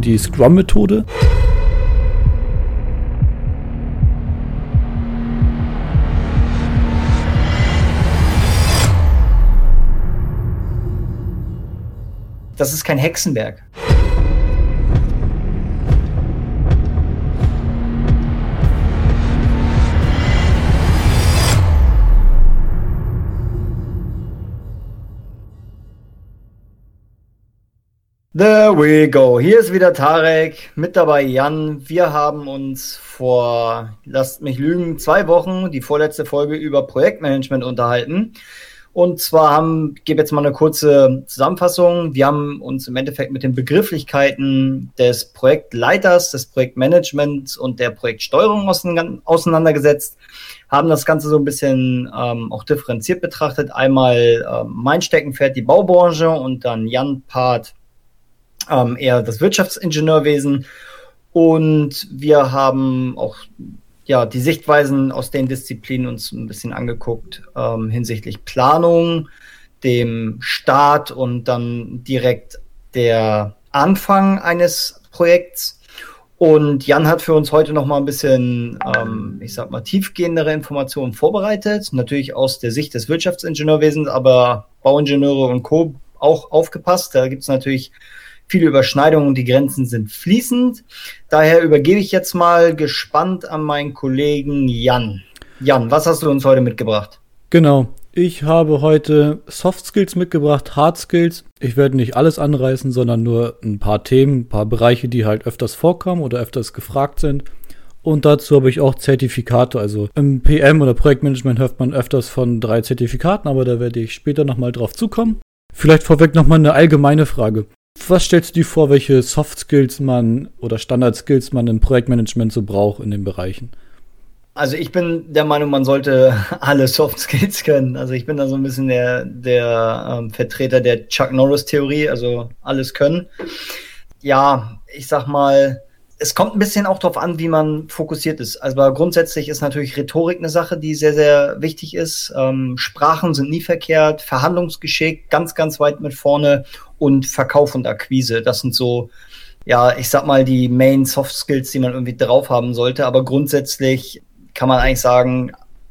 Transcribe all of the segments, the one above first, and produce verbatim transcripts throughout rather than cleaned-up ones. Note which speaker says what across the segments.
Speaker 1: die Scrum-Methode.
Speaker 2: Das ist kein Hexenwerk. There we go. Hier ist wieder Tarek, mit dabei Jan. Wir haben uns vor, lasst mich lügen, zwei Wochen, die vorletzte Folge über Projektmanagement unterhalten. Und zwar haben, ich gebe jetzt mal eine kurze Zusammenfassung. Wir haben uns im Endeffekt mit den Begrifflichkeiten des Projektleiters, des Projektmanagements und der Projektsteuerung auseinandergesetzt, haben das Ganze so ein bisschen ähm, auch differenziert betrachtet. Einmal ähm, mein Steckenpferd, die Baubranche, und dann Jan Part, ähm, eher das Wirtschaftsingenieurwesen. Und wir haben auch ja, die Sichtweisen aus den Disziplinen uns ein bisschen angeguckt, ähm, hinsichtlich Planung, dem Start und dann direkt der Anfang eines Projekts. Und Jan hat für uns heute noch mal ein bisschen, ähm, ich sag mal, tiefgehendere Informationen vorbereitet. Natürlich aus der Sicht des Wirtschaftsingenieurwesens, aber Bauingenieure und Co. auch aufgepasst. Da gibt es natürlich viele Überschneidungen und die Grenzen sind fließend. Daher übergebe ich jetzt mal gespannt an meinen Kollegen Jan. Jan, was hast du uns heute mitgebracht?
Speaker 1: Genau, ich habe heute Soft Skills mitgebracht, Hard Skills. Ich werde nicht alles anreißen, sondern nur ein paar Themen, ein paar Bereiche, die halt öfters vorkommen oder öfters gefragt sind. Und dazu habe ich auch Zertifikate. Also im P M oder Projektmanagement hört man öfters von drei Zertifikaten, aber da werde ich später nochmal drauf zukommen. Vielleicht vorweg nochmal eine allgemeine Frage. Was stellst du dir vor, welche Soft Skills man oder Standard Skills man im Projektmanagement so braucht in den Bereichen?
Speaker 2: Also ich bin der Meinung, man sollte alle Soft Skills können. Also ich bin da so ein bisschen der, der ähm, Vertreter der Chuck Norris-Theorie, also alles können. Ja, ich sag mal, es kommt ein bisschen auch darauf an, wie man fokussiert ist. Also grundsätzlich ist natürlich Rhetorik eine Sache, die sehr, sehr wichtig ist. Ähm, Sprachen sind nie verkehrt, Verhandlungsgeschick ganz, ganz weit mit vorne und Verkauf und Akquise. Das sind so, ja, ich sag mal, die Main Soft Skills, die man irgendwie drauf haben sollte. Aber grundsätzlich kann man eigentlich sagen,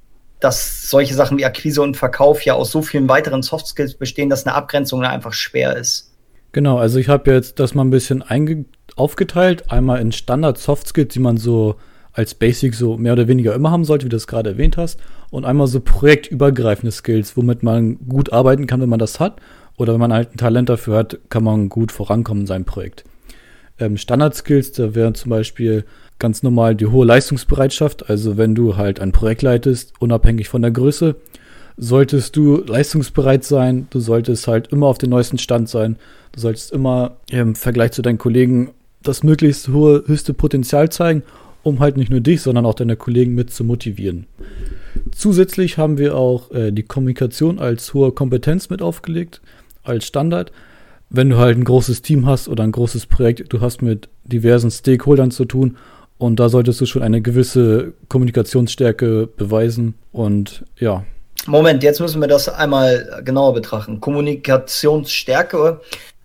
Speaker 2: dass solche Sachen wie Akquise und Verkauf ja aus so vielen weiteren Soft Skills bestehen, dass eine Abgrenzung da einfach schwer ist.
Speaker 1: Genau, also ich habe jetzt das mal ein bisschen einge- aufgeteilt. Einmal in Standard Soft Skills, die man so als Basic so mehr oder weniger immer haben sollte, wie du das gerade erwähnt hast. Und einmal so projektübergreifende Skills, womit man gut arbeiten kann, wenn man das hat. Oder wenn man halt ein Talent dafür hat, kann man gut vorankommen in seinem Projekt. Ähm, Standard-Skills, da wären zum Beispiel ganz normal die hohe Leistungsbereitschaft. Also wenn du halt ein Projekt leitest, unabhängig von der Größe, solltest du leistungsbereit sein. Du solltest halt immer auf dem neuesten Stand sein. Du solltest immer im Vergleich zu deinen Kollegen das möglichst hohe, höchste Potenzial zeigen, um halt nicht nur dich, sondern auch deine Kollegen mit zu motivieren. Zusätzlich haben wir auch äh, die Kommunikation als hohe Kompetenz mit aufgelegt, als Standard. Wenn du halt ein großes Team hast oder ein großes Projekt, du hast mit diversen Stakeholdern zu tun und da solltest du schon eine gewisse Kommunikationsstärke beweisen und ja.
Speaker 2: Moment, jetzt müssen wir das einmal genauer betrachten. Kommunikationsstärke,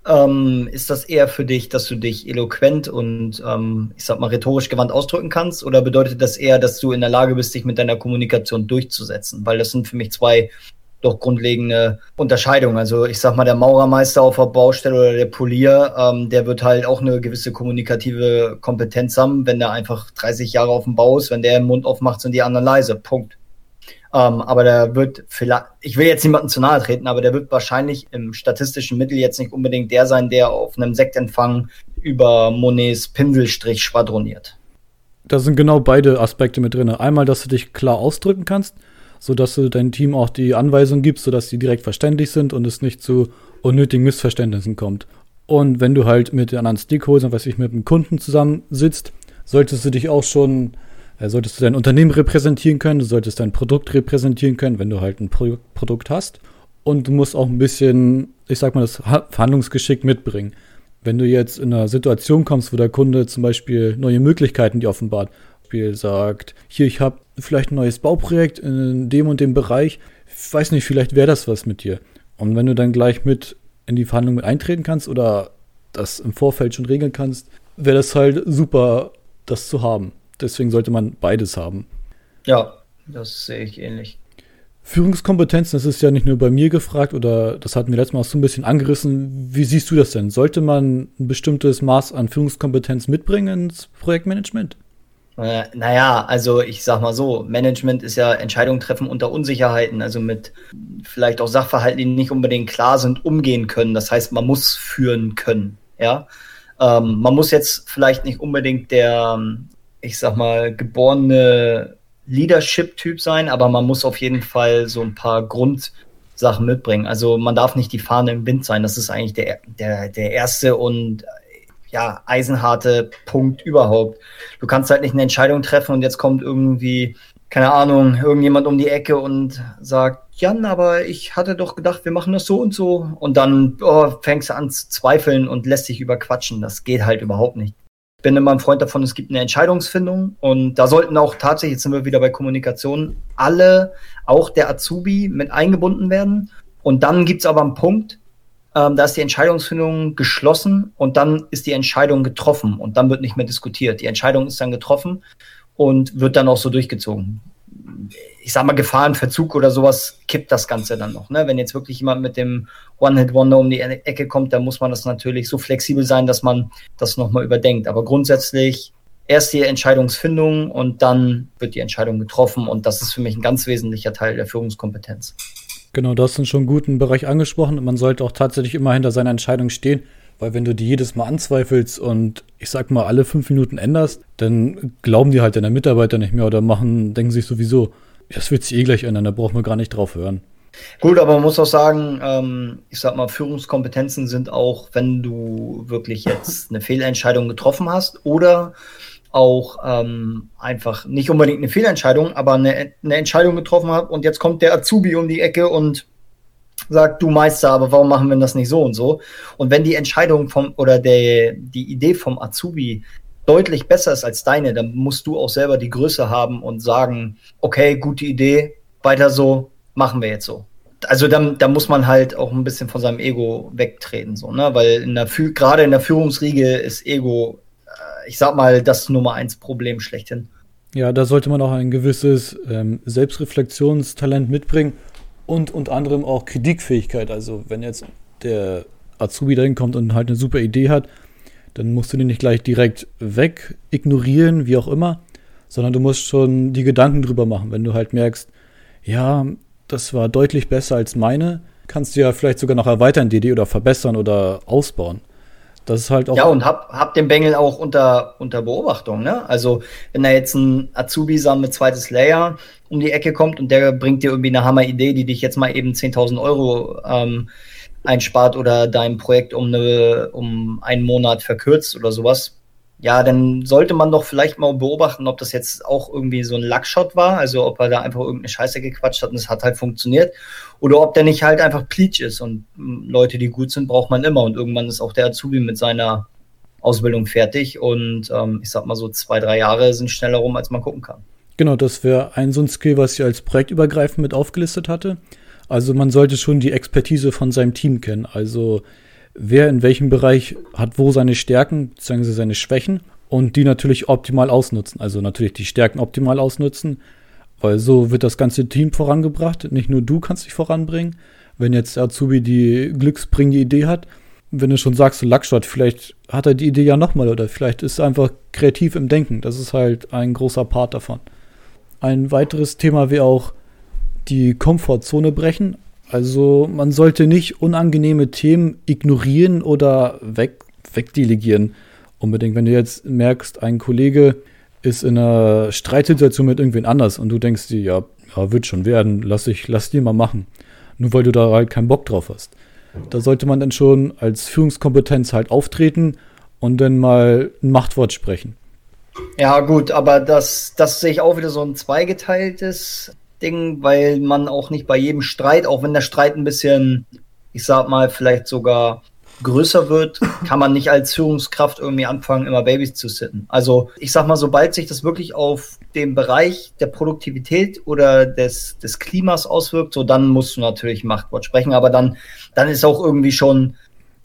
Speaker 2: ähm, ist das eher für dich, dass du dich eloquent und, ähm, ich sag mal, rhetorisch gewandt ausdrücken kannst? Oder bedeutet das eher, dass du in der Lage bist, dich mit deiner Kommunikation durchzusetzen? Weil das sind für mich zwei doch grundlegende Unterscheidungen. Also ich sag mal, der Maurermeister auf der Baustelle oder der Polier, ähm, der wird halt auch eine gewisse kommunikative Kompetenz haben, wenn der einfach dreißig Jahre auf dem Bau ist. Wenn der den Mund aufmacht, sind die anderen leise. Punkt. Ähm, aber der wird vielleicht, ich will jetzt niemandem zu nahe treten, aber der wird wahrscheinlich im statistischen Mittel jetzt nicht unbedingt der sein, der auf einem Sektempfang über Monets Pinselstrich schwadroniert.
Speaker 1: Da sind genau beide Aspekte mit drin. Einmal, dass du dich klar ausdrücken kannst, sodass du deinem Team auch die Anweisungen gibst, sodass die direkt verständlich sind und es nicht zu unnötigen Missverständnissen kommt. Und wenn du halt mit den anderen Stakeholdern, weiß ich, mit einem Kunden zusammensitzt, solltest du dich auch schon, äh, solltest du dein Unternehmen repräsentieren können, du solltest dein Produkt repräsentieren können, wenn du halt ein Pro- Produkt hast. Und du musst auch ein bisschen, ich sag mal, das Verhandlungsgeschick mitbringen. Wenn du jetzt in einer Situation kommst, wo der Kunde zum Beispiel neue Möglichkeiten dir offenbart, Beispiel sagt, hier, ich habe vielleicht ein neues Bauprojekt in dem und dem Bereich, ich weiß nicht, vielleicht wäre das was mit dir. Und wenn du dann gleich mit in die Verhandlung mit eintreten kannst oder das im Vorfeld schon regeln kannst, wäre das halt super, das zu haben. Deswegen sollte man beides haben.
Speaker 2: Ja, das sehe ich ähnlich.
Speaker 1: Führungskompetenzen, das ist ja nicht nur bei mir gefragt, oder das hatten wir letztes Mal auch so ein bisschen angerissen. Wie siehst du das denn? Sollte man ein bestimmtes Maß an Führungskompetenz mitbringen ins Projektmanagement?
Speaker 2: Äh, naja, also ich sag mal so, Management ist ja Entscheidungen treffen unter Unsicherheiten, also mit vielleicht auch Sachverhalten, die nicht unbedingt klar sind, umgehen können. Das heißt, man muss führen können, ja. Ähm, man muss jetzt vielleicht nicht unbedingt der, ich sag mal, geborene Leadership-Typ sein, aber man muss auf jeden Fall so ein paar Grundsachen mitbringen. Also man darf nicht die Fahne im Wind sein. Das ist eigentlich der, der, der erste und ja, eisenharte Punkt überhaupt. Du kannst halt nicht eine Entscheidung treffen und jetzt kommt irgendwie, keine Ahnung, irgendjemand um die Ecke und sagt, Jan, aber ich hatte doch gedacht, wir machen das so und so. Und dann oh, fängst du an zu zweifeln und lässt dich überquatschen. Das geht halt überhaupt nicht. Ich bin immer ein Freund davon, es gibt eine Entscheidungsfindung und da sollten auch tatsächlich, jetzt sind wir wieder bei Kommunikation, alle, auch der Azubi, mit eingebunden werden. Und dann gibt's aber einen Punkt, ähm, da ist die Entscheidungsfindung geschlossen und dann ist die Entscheidung getroffen und dann wird nicht mehr diskutiert. Die Entscheidung ist dann getroffen und wird dann auch so durchgezogen. Ich sag mal, Gefahrenverzug oder sowas kippt das Ganze dann noch. Ne? Wenn jetzt wirklich jemand mit dem One-Hit-Wonder um die Ecke kommt, dann muss man das natürlich so flexibel sein, dass man das nochmal überdenkt. Aber grundsätzlich erst die Entscheidungsfindung und dann wird die Entscheidung getroffen und das ist für mich ein ganz wesentlicher Teil der Führungskompetenz.
Speaker 1: Genau, du hast schon einen guten Bereich angesprochen und man sollte auch tatsächlich immer hinter seiner Entscheidung stehen, weil wenn du die jedes Mal anzweifelst und ich sag mal alle fünf Minuten änderst, dann glauben die halt deine Mitarbeiter nicht mehr oder machen, denken sich sowieso, das wird sich eh gleich ändern, da braucht man gar nicht drauf hören.
Speaker 2: Gut, aber man muss auch sagen, ähm, ich sag mal, Führungskompetenzen sind auch, wenn du wirklich jetzt eine Fehlentscheidung getroffen hast oder auch ähm, einfach nicht unbedingt eine Fehlentscheidung, aber eine, eine Entscheidung getroffen hast und jetzt kommt der Azubi um die Ecke und sagt, du Meister, aber warum machen wir das nicht so und so? Und wenn die Entscheidung vom oder der, die Idee vom Azubi deutlich besser ist als deine, dann musst du auch selber die Größe haben und sagen, okay, gute Idee, weiter so, machen wir jetzt so. Also dann, da muss man halt auch ein bisschen von seinem Ego wegtreten, so, ne? Weil in der gerade in der Führungsriege ist Ego, äh, ich sag mal, das Nummer eins Problem schlechthin.
Speaker 1: Ja, da sollte man auch ein gewisses ähm, Selbstreflexionstalent mitbringen und unter anderem auch Kritikfähigkeit. Also wenn jetzt der Azubi dahin kommt und halt eine super Idee hat, dann musst du den nicht gleich direkt weg ignorieren, wie auch immer, sondern du musst schon die Gedanken drüber machen. Wenn du halt merkst, ja, das war deutlich besser als meine, kannst du ja vielleicht sogar noch erweitern die Idee oder verbessern oder ausbauen. Das ist halt auch.
Speaker 2: Ja, und hab, hab den Bengel auch unter, unter Beobachtung, ne? Also, wenn da jetzt ein Azubi sagen mit zweites Layer um die Ecke kommt und der bringt dir irgendwie eine Hammer-Idee, die dich jetzt mal eben zehntausend Euro ähm, einspart oder dein Projekt um, eine, um einen Monat verkürzt oder sowas, ja, dann sollte man doch vielleicht mal beobachten, ob das jetzt auch irgendwie so ein Luckshot war, also ob er da einfach irgendeine Scheiße gequatscht hat und es hat halt funktioniert, oder ob der nicht halt einfach Pleatsch ist und Leute, die gut sind, braucht man immer und irgendwann ist auch der Azubi mit seiner Ausbildung fertig und ähm, ich sag mal so zwei, drei Jahre sind schneller rum, als man gucken kann.
Speaker 1: Genau, das wäre ein so ein Skill, was ich als projektübergreifend mit aufgelistet hatte. Also man sollte schon die Expertise von seinem Team kennen, also wer in welchem Bereich hat wo seine Stärken bzw. seine Schwächen und die natürlich optimal ausnutzen. Also natürlich die Stärken optimal ausnutzen, weil so wird das ganze Team vorangebracht. Nicht nur du kannst dich voranbringen. Wenn jetzt der Azubi die glücksbringende Idee hat, wenn du schon sagst, so Luckshot, vielleicht hat er die Idee ja nochmal oder vielleicht ist er einfach kreativ im Denken. Das ist halt ein großer Part davon. Ein weiteres Thema wäre auch die Komfortzone brechen. Also man sollte nicht unangenehme Themen ignorieren oder weg, wegdelegieren. Unbedingt, wenn du jetzt merkst, ein Kollege ist in einer Streitsituation mit irgendwen anders und du denkst dir, ja, ja wird schon werden, lass ich, lass dir mal machen. Nur weil du da halt keinen Bock drauf hast. Da sollte man dann schon als Führungskompetenz halt auftreten und dann mal ein Machtwort sprechen.
Speaker 2: Ja gut, aber das, das sehe ich auch wieder so ein zweigeteiltes Ding, weil man auch nicht bei jedem Streit, auch wenn der Streit ein bisschen, ich sag mal, vielleicht sogar größer wird, kann man nicht als Führungskraft irgendwie anfangen, immer Babys zu sitten. Also ich sag mal, sobald sich das wirklich auf den Bereich der Produktivität oder des, des Klimas auswirkt, so dann musst du natürlich Machtwort sprechen, aber dann, dann ist auch irgendwie schon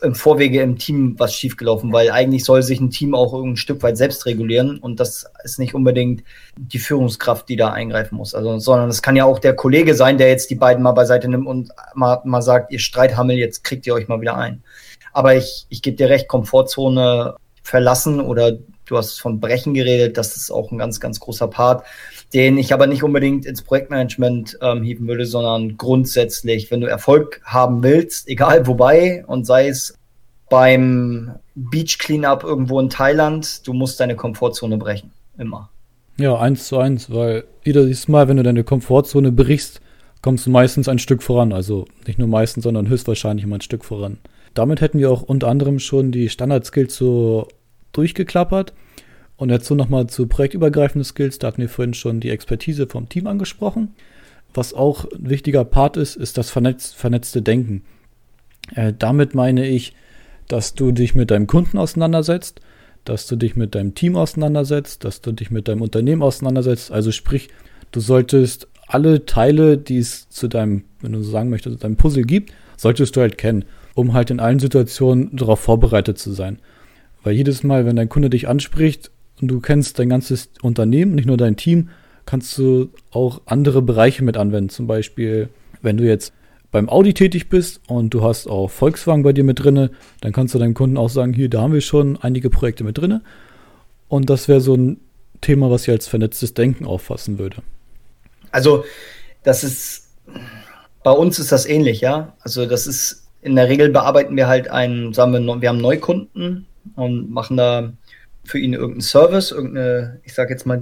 Speaker 2: im Vorwege im Team was schiefgelaufen, weil eigentlich soll sich ein Team auch ein Stück weit selbst regulieren und das ist nicht unbedingt die Führungskraft, die da eingreifen muss. Also, sondern es kann ja auch der Kollege sein, der jetzt die beiden mal beiseite nimmt und mal, mal sagt, ihr Streithammel, jetzt kriegt ihr euch mal wieder ein. Aber ich, ich gebe dir recht, Komfortzone verlassen oder du hast von Brechen geredet, das ist auch ein ganz, ganz großer Part, den ich aber nicht unbedingt ins Projektmanagement ähm, hieven würde, sondern grundsätzlich, wenn du Erfolg haben willst, egal wobei, und sei es beim Beach Cleanup irgendwo in Thailand, du musst deine Komfortzone brechen, immer.
Speaker 1: Ja, eins zu eins, weil jedes Mal, wenn du deine Komfortzone brichst, kommst du meistens ein Stück voran. Also nicht nur meistens, sondern höchstwahrscheinlich immer ein Stück voran. Damit hätten wir auch unter anderem schon die Standard-Skills so durchgeklappert. Und jetzt so nochmal zu projektübergreifenden Skills, da hatten wir vorhin schon die Expertise vom Team angesprochen. Was auch ein wichtiger Part ist, ist das vernetz- vernetzte Denken. Äh, damit meine ich, dass du dich mit deinem Kunden auseinandersetzt, dass du dich mit deinem Team auseinandersetzt, dass du dich mit deinem Unternehmen auseinandersetzt. Also sprich, du solltest alle Teile, die es zu deinem, wenn du so sagen möchtest, deinem Puzzle gibt, solltest du halt kennen, um halt in allen Situationen darauf vorbereitet zu sein. Weil jedes Mal, wenn dein Kunde dich anspricht und du kennst dein ganzes Unternehmen, nicht nur dein Team, kannst du auch andere Bereiche mit anwenden. Zum Beispiel, wenn du jetzt beim Audi tätig bist und du hast auch Volkswagen bei dir mit drinne, dann kannst du deinem Kunden auch sagen, hier, da haben wir schon einige Projekte mit drinne. Und das wäre so ein Thema, was ich als vernetztes Denken auffassen würde.
Speaker 2: Also, das ist, bei uns ist das ähnlich, ja. Also, das ist, in der Regel bearbeiten wir halt einen, sagen wir, wir haben Neukunden und machen da für ihn irgendeinen Service, irgendeine, ich sage jetzt mal,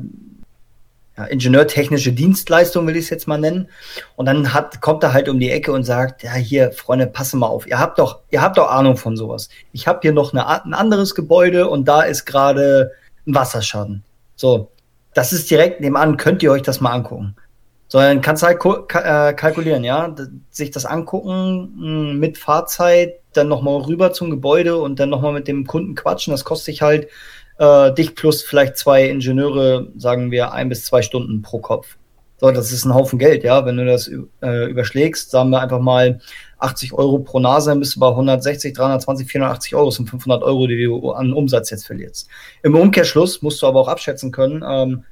Speaker 2: ja, ingenieurtechnische Dienstleistung will ich es jetzt mal nennen. Und dann hat, kommt er halt um die Ecke und sagt, ja, hier, Freunde, passen mal auf. Ihr habt doch, ihr habt doch Ahnung von sowas. Ich habe hier noch eine, ein anderes Gebäude und da ist gerade ein Wasserschaden. So, das ist direkt nebenan, könnt ihr euch das mal angucken. So, dann kannst du halt kalkulieren, ja, sich das angucken mit Fahrzeit, dann nochmal rüber zum Gebäude und dann nochmal mit dem Kunden quatschen. Das kostet sich halt äh, dich plus vielleicht zwei Ingenieure, sagen wir, ein bis zwei Stunden pro Kopf. So, das ist ein Haufen Geld, ja, wenn du das äh, überschlägst, sagen wir einfach mal achtzig Euro pro Nase, dann bist du bei hundertsechzig, dreihundertzwanzig, vierhundertachtzig Euro, das sind fünfhundert Euro, die du an Umsatz jetzt verlierst. Im Umkehrschluss musst du aber auch abschätzen können, ähm,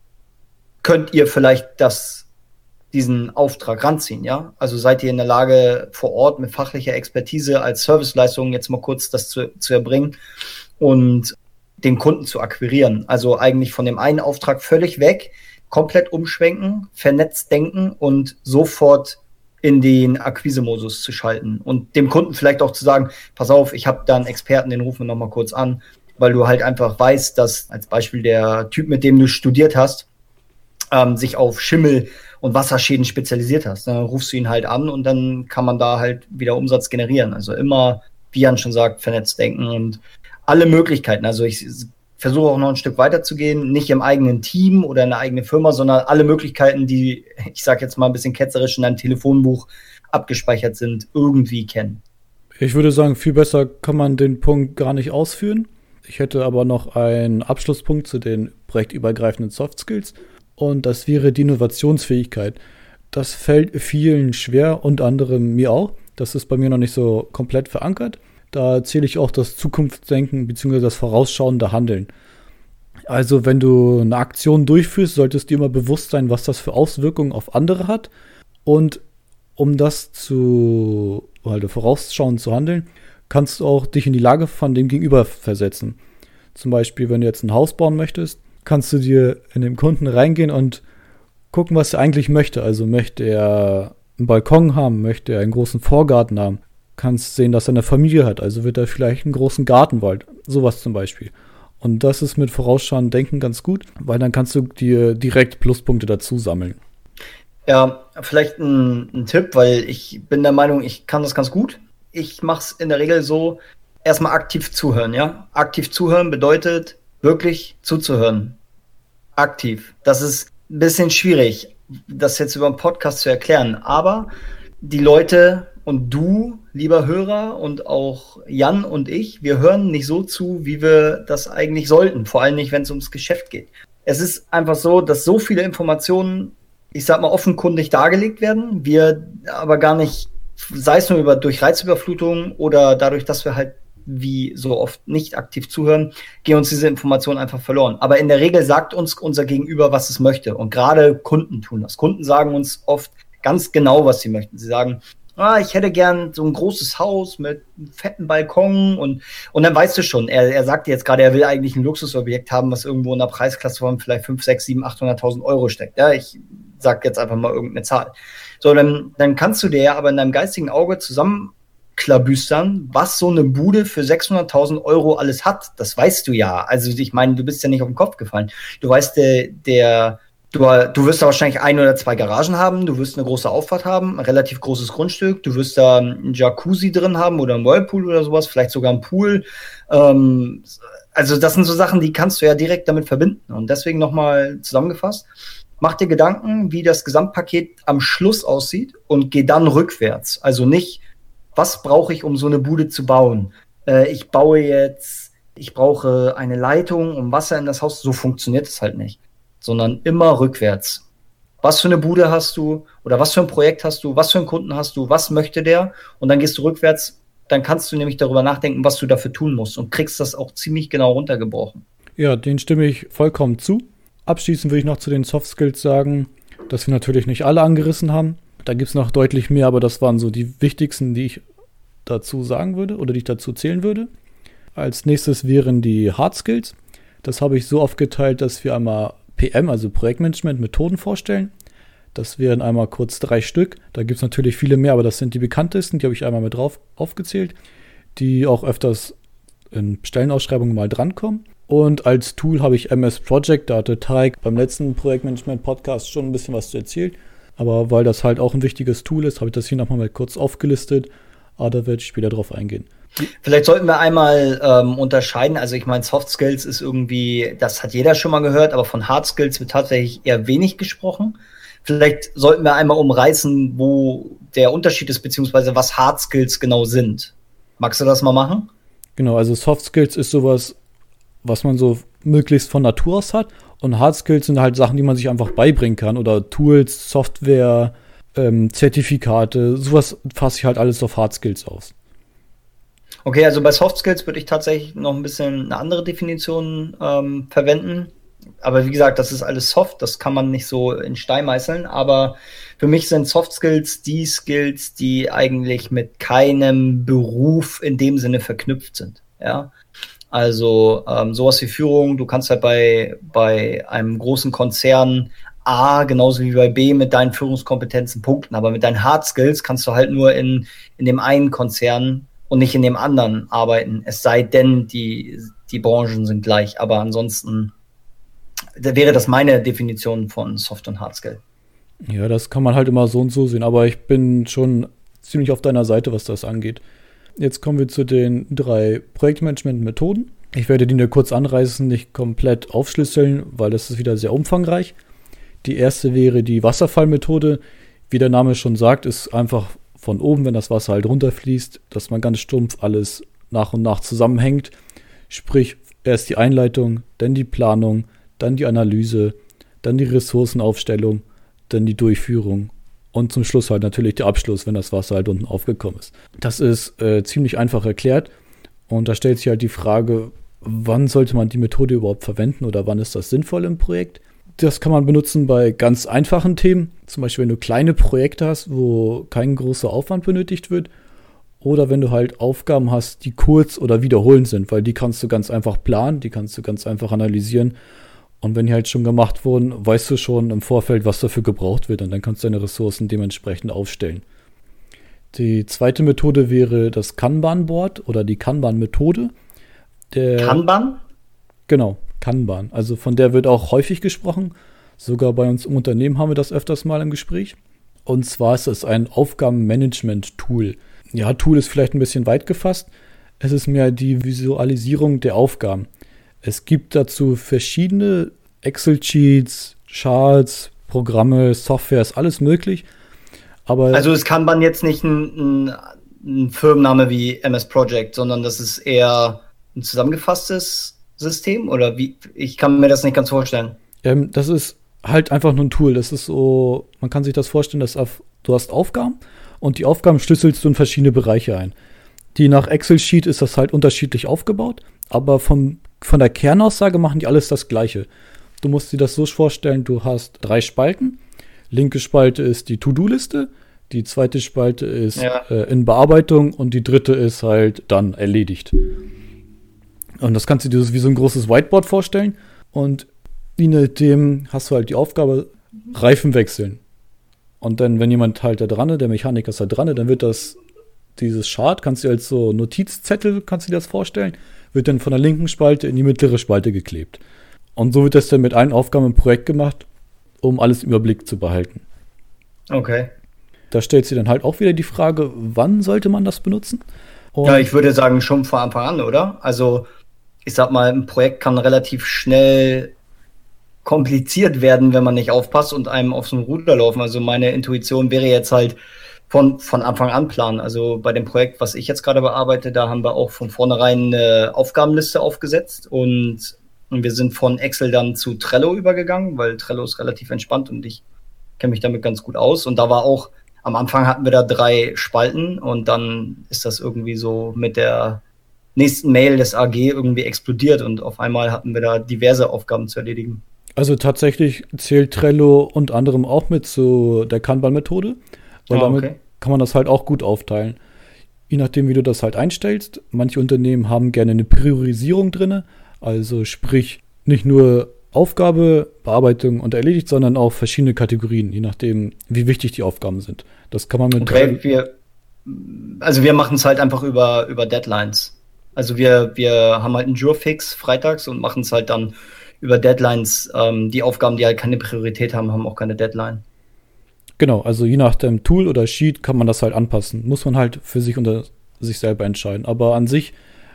Speaker 2: könnt ihr vielleicht das diesen Auftrag ranziehen, ja? Also seid ihr in der Lage, vor Ort mit fachlicher Expertise als Serviceleistung jetzt mal kurz das zu, zu erbringen und den Kunden zu akquirieren. Also eigentlich von dem einen Auftrag völlig weg, komplett umschwenken, vernetzt denken und sofort in den Akquise-Modus zu schalten und dem Kunden vielleicht auch zu sagen, pass auf, ich habe da einen Experten, den rufen wir nochmal kurz an, weil du halt einfach weißt, dass als Beispiel der Typ, mit dem du studiert hast, ähm, sich auf Schimmel und Wasserschäden spezialisiert hast. Dann rufst du ihn halt an und dann kann man da halt wieder Umsatz generieren. Also immer, wie Jan schon sagt, vernetzt denken und alle Möglichkeiten. Also ich versuche auch noch ein Stück weiter zu gehen, nicht im eigenen Team oder in der eigenen Firma, sondern alle Möglichkeiten, die, ich sage jetzt mal ein bisschen ketzerisch, in einem Telefonbuch abgespeichert sind, irgendwie kennen.
Speaker 1: Ich würde sagen, viel besser kann man den Punkt gar nicht ausführen. Ich hätte aber noch einen Abschlusspunkt zu den projektübergreifenden Soft Skills. Und das wäre die Innovationsfähigkeit. Das fällt vielen schwer, unter anderem mir auch. Das ist bei mir noch nicht so komplett verankert. Da zähle ich auch das Zukunftsdenken bzw. das vorausschauende Handeln. Also wenn du eine Aktion durchführst, solltest dir immer bewusst sein, was das für Auswirkungen auf andere hat. Und um das zu, halt vorausschauend zu handeln, kannst du auch dich in die Lage von dem Gegenüber versetzen. Zum Beispiel, wenn du jetzt ein Haus bauen möchtest, kannst du dir in den Kunden reingehen und gucken, was er eigentlich möchte. Also möchte er einen Balkon haben, möchte er einen großen Vorgarten haben. Kannst sehen, dass er eine Familie hat, also wird er vielleicht einen großen Garten wollen. Sowas zum Beispiel. Und das ist mit vorausschauendem Denken ganz gut, weil dann kannst du dir direkt Pluspunkte dazu sammeln.
Speaker 2: Ja, vielleicht ein, ein Tipp, weil ich bin der Meinung, ich kann das ganz gut. Ich mache es in der Regel so, erstmal aktiv zuhören, ja. Aktiv zuhören bedeutet, wirklich zuzuhören. Aktiv. Das ist ein bisschen schwierig, das jetzt über einen Podcast zu erklären. Aber die Leute und du, lieber Hörer, und auch Jan und ich, wir hören nicht so zu, wie wir das eigentlich sollten. Vor allem nicht, wenn es ums Geschäft geht. Es ist einfach so, dass so viele Informationen, ich sag mal, offenkundig dargelegt werden, wir aber gar nicht sei es nur über, durch Reizüberflutung oder dadurch, dass wir halt wie so oft nicht aktiv zuhören, gehen uns diese Informationen einfach verloren. Aber in der Regel sagt uns unser Gegenüber, was es möchte. Und gerade Kunden tun das. Kunden sagen uns oft ganz genau, was sie möchten. Sie sagen, ah, ich hätte gern so ein großes Haus mit einem fetten Balkon und, und dann weißt du schon, er, er sagt jetzt gerade, er will eigentlich ein Luxusobjekt haben, was irgendwo in der Preisklasse von vielleicht fünf, sechs, sieben, achthunderttausend Euro steckt. Ja, ich sag jetzt einfach mal irgendeine Zahl. So, dann, dann kannst du dir ja aber in deinem geistigen Auge zusammenklabüstern, was so eine Bude für sechshunderttausend Euro alles hat. Das weißt du ja. Also ich meine, du bist ja nicht auf den Kopf gefallen. Du weißt, der, der Du, du wirst da wahrscheinlich ein oder zwei Garagen haben, du wirst eine große Auffahrt haben, ein relativ großes Grundstück, du wirst da ein Jacuzzi drin haben oder ein Whirlpool oder sowas, vielleicht sogar ein Pool. Ähm, also das sind so Sachen, die kannst du ja direkt damit verbinden. Und deswegen nochmal zusammengefasst, mach dir Gedanken, wie das Gesamtpaket am Schluss aussieht und geh dann rückwärts. Also nicht, was brauche ich, um so eine Bude zu bauen? Äh, ich baue jetzt, ich brauche eine Leitung, um Wasser in das Haus, so funktioniert es halt nicht. Sondern immer rückwärts. Was für eine Bude hast du oder was für ein Projekt hast du, was für einen Kunden hast du, was möchte der? Und dann gehst du rückwärts, dann kannst du nämlich darüber nachdenken, was du dafür tun musst und kriegst das auch ziemlich genau runtergebrochen.
Speaker 1: Ja, den stimme ich vollkommen zu. Abschließend würde ich noch zu den Soft Skills sagen, dass wir natürlich nicht alle angerissen haben. Da gibt es noch deutlich mehr, aber das waren so die wichtigsten, die ich dazu sagen würde oder die ich dazu zählen würde. Als nächstes wären die Hard Skills. Das habe ich so aufgeteilt, dass wir einmal P M, also Projektmanagement, Methoden vorstellen. Das wären einmal kurz drei Stück. Da gibt es natürlich viele mehr, aber das sind die bekanntesten. Die habe ich einmal mit drauf aufgezählt, die auch öfters in Stellenausschreibungen mal drankommen. Und als Tool habe ich M S Project. Da hatte Tarek beim letzten Projektmanagement-Podcast schon ein bisschen was zu erzählt. Aber weil das halt auch ein wichtiges Tool ist, habe ich das hier nochmal mal kurz aufgelistet. Aber da werde ich später drauf eingehen.
Speaker 2: Vielleicht sollten wir einmal ähm, unterscheiden. Also ich meine, Soft Skills ist irgendwie, das hat jeder schon mal gehört, aber von Hard Skills wird tatsächlich eher wenig gesprochen. Vielleicht sollten wir einmal umreißen, wo der Unterschied ist, beziehungsweise was Hard Skills genau sind. Magst du das mal machen?
Speaker 1: Genau, also Soft Skills ist sowas, was man so möglichst von Natur aus hat. Und Hard Skills sind halt Sachen, die man sich einfach beibringen kann. Oder Tools, Software, ähm, Zertifikate, sowas fasse ich halt alles auf Hard Skills aus.
Speaker 2: Okay, also bei Soft Skills würde ich tatsächlich noch ein bisschen eine andere Definition ähm, verwenden. Aber wie gesagt, das ist alles soft, das kann man nicht so in Stein meißeln. Aber für mich sind Soft Skills die Skills, die eigentlich mit keinem Beruf in dem Sinne verknüpft sind. Ja, also ähm, sowas wie Führung, du kannst halt bei, bei einem großen Konzern A, genauso wie bei B, mit deinen Führungskompetenzen punkten. Aber mit deinen Hard Skills kannst du halt nur in, in dem einen Konzern und nicht in dem anderen arbeiten. Es sei denn, die, die Branchen sind gleich. Aber ansonsten da wäre das meine Definition von Soft und Hard Skill.
Speaker 1: Ja, das kann man halt immer so und so sehen. Aber ich bin schon ziemlich auf deiner Seite, was das angeht. Jetzt kommen wir zu den drei Projektmanagement-Methoden. Ich werde die nur kurz anreißen, nicht komplett aufschlüsseln, weil das ist wieder sehr umfangreich. Die erste wäre die Wasserfallmethode. Wie der Name schon sagt, ist einfach von oben, wenn das Wasser halt runterfließt, dass man ganz stumpf alles nach und nach zusammenhängt. Sprich, erst die Einleitung, dann die Planung, dann die Analyse, dann die Ressourcenaufstellung, dann die Durchführung und zum Schluss halt natürlich der Abschluss, wenn das Wasser halt unten aufgekommen ist. Das ist äh, ziemlich einfach erklärt und da stellt sich halt die Frage, wann sollte man die Methode überhaupt verwenden oder wann ist das sinnvoll im Projekt? Das kann man benutzen bei ganz einfachen Themen, zum Beispiel wenn du kleine Projekte hast, wo kein großer Aufwand benötigt wird, oder wenn du halt Aufgaben hast, die kurz oder wiederholend sind, weil die kannst du ganz einfach planen, die kannst du ganz einfach analysieren und wenn die halt schon gemacht wurden, weißt du schon im Vorfeld, was dafür gebraucht wird und dann kannst du deine Ressourcen dementsprechend aufstellen. Die zweite Methode wäre das Kanban-Board oder die Kanban-Methode. Der,
Speaker 2: Kanban?
Speaker 1: Genau. Kanban. Also von der wird auch häufig gesprochen. Sogar bei uns im Unternehmen haben wir das öfters mal im Gespräch. Und zwar ist es ein Aufgabenmanagement-Tool. Ja, Tool ist vielleicht ein bisschen weit gefasst. Es ist mehr die Visualisierung der Aufgaben. Es gibt dazu verschiedene Excel-Sheets, Charts, Programme, Software, ist alles möglich. Aber
Speaker 2: also es Kanban jetzt nicht ein, ein, ein Firmenname wie M S Project, sondern das ist eher ein zusammengefasstes System oder wie? Ich kann mir das nicht ganz vorstellen.
Speaker 1: Ähm, das ist halt einfach nur ein Tool. Das ist so, man kann sich das vorstellen, dass auf, du hast Aufgaben und die Aufgaben schlüsselst du in verschiedene Bereiche ein. Die nach Excel-Sheet ist das halt unterschiedlich aufgebaut, aber vom, von der Kernaussage machen die alles das Gleiche. Du musst dir das so vorstellen, du hast drei Spalten. Linke Spalte ist die To-Do-Liste, die zweite Spalte ist ja. äh, in Bearbeitung und die dritte ist halt dann erledigt. Und das kannst du dir wie so ein großes Whiteboard vorstellen. Und je nachdem hast du halt die Aufgabe, Reifen wechseln. Und dann, wenn jemand halt da dran ist, der Mechaniker ist da dran, dann wird das, dieses Chart, kannst du als so Notizzettel, kannst du dir das vorstellen, wird dann von der linken Spalte in die mittlere Spalte geklebt. Und so wird das dann mit allen Aufgaben im Projekt gemacht, um alles im Überblick zu behalten.
Speaker 2: Okay.
Speaker 1: Da stellt sich dann halt auch wieder die Frage, wann sollte man das benutzen? Und
Speaker 2: ja, ich würde sagen, schon von Anfang an, oder? Also, ich sag mal, ein Projekt kann relativ schnell kompliziert werden, wenn man nicht aufpasst und einem auf so ein Ruder laufen. Also meine Intuition wäre jetzt halt von, von Anfang an planen. Also bei dem Projekt, was ich jetzt gerade bearbeite, da haben wir auch von vornherein eine Aufgabenliste aufgesetzt und wir sind von Excel dann zu Trello übergegangen, weil Trello ist relativ entspannt und ich kenne mich damit ganz gut aus. Und da war auch, am Anfang hatten wir da drei Spalten und dann ist das irgendwie so mit der nächsten Mail des A G irgendwie explodiert und auf einmal hatten wir da diverse Aufgaben zu erledigen.
Speaker 1: Also tatsächlich zählt Trello unter anderem auch mit zu der Kanban-Methode, weil
Speaker 2: ah, okay.
Speaker 1: damit kann man das halt auch gut aufteilen. Je nachdem, wie du das halt einstellst. Manche Unternehmen haben gerne eine Priorisierung drin, also sprich nicht nur Aufgabe, Bearbeitung und erledigt, sondern auch verschiedene Kategorien, je nachdem, wie wichtig die Aufgaben sind. Das kann man mit
Speaker 2: okay, wir, also wir machen es halt einfach über, über Deadlines. Also wir, wir haben halt einen Jurfix freitags und machen es halt dann über Deadlines. Ähm, die Aufgaben, die halt keine Priorität haben, haben auch keine Deadline.
Speaker 1: Genau, also je nach dem Tool oder Sheet kann man das halt anpassen. Muss man halt für sich unter sich selber entscheiden. Aber an sich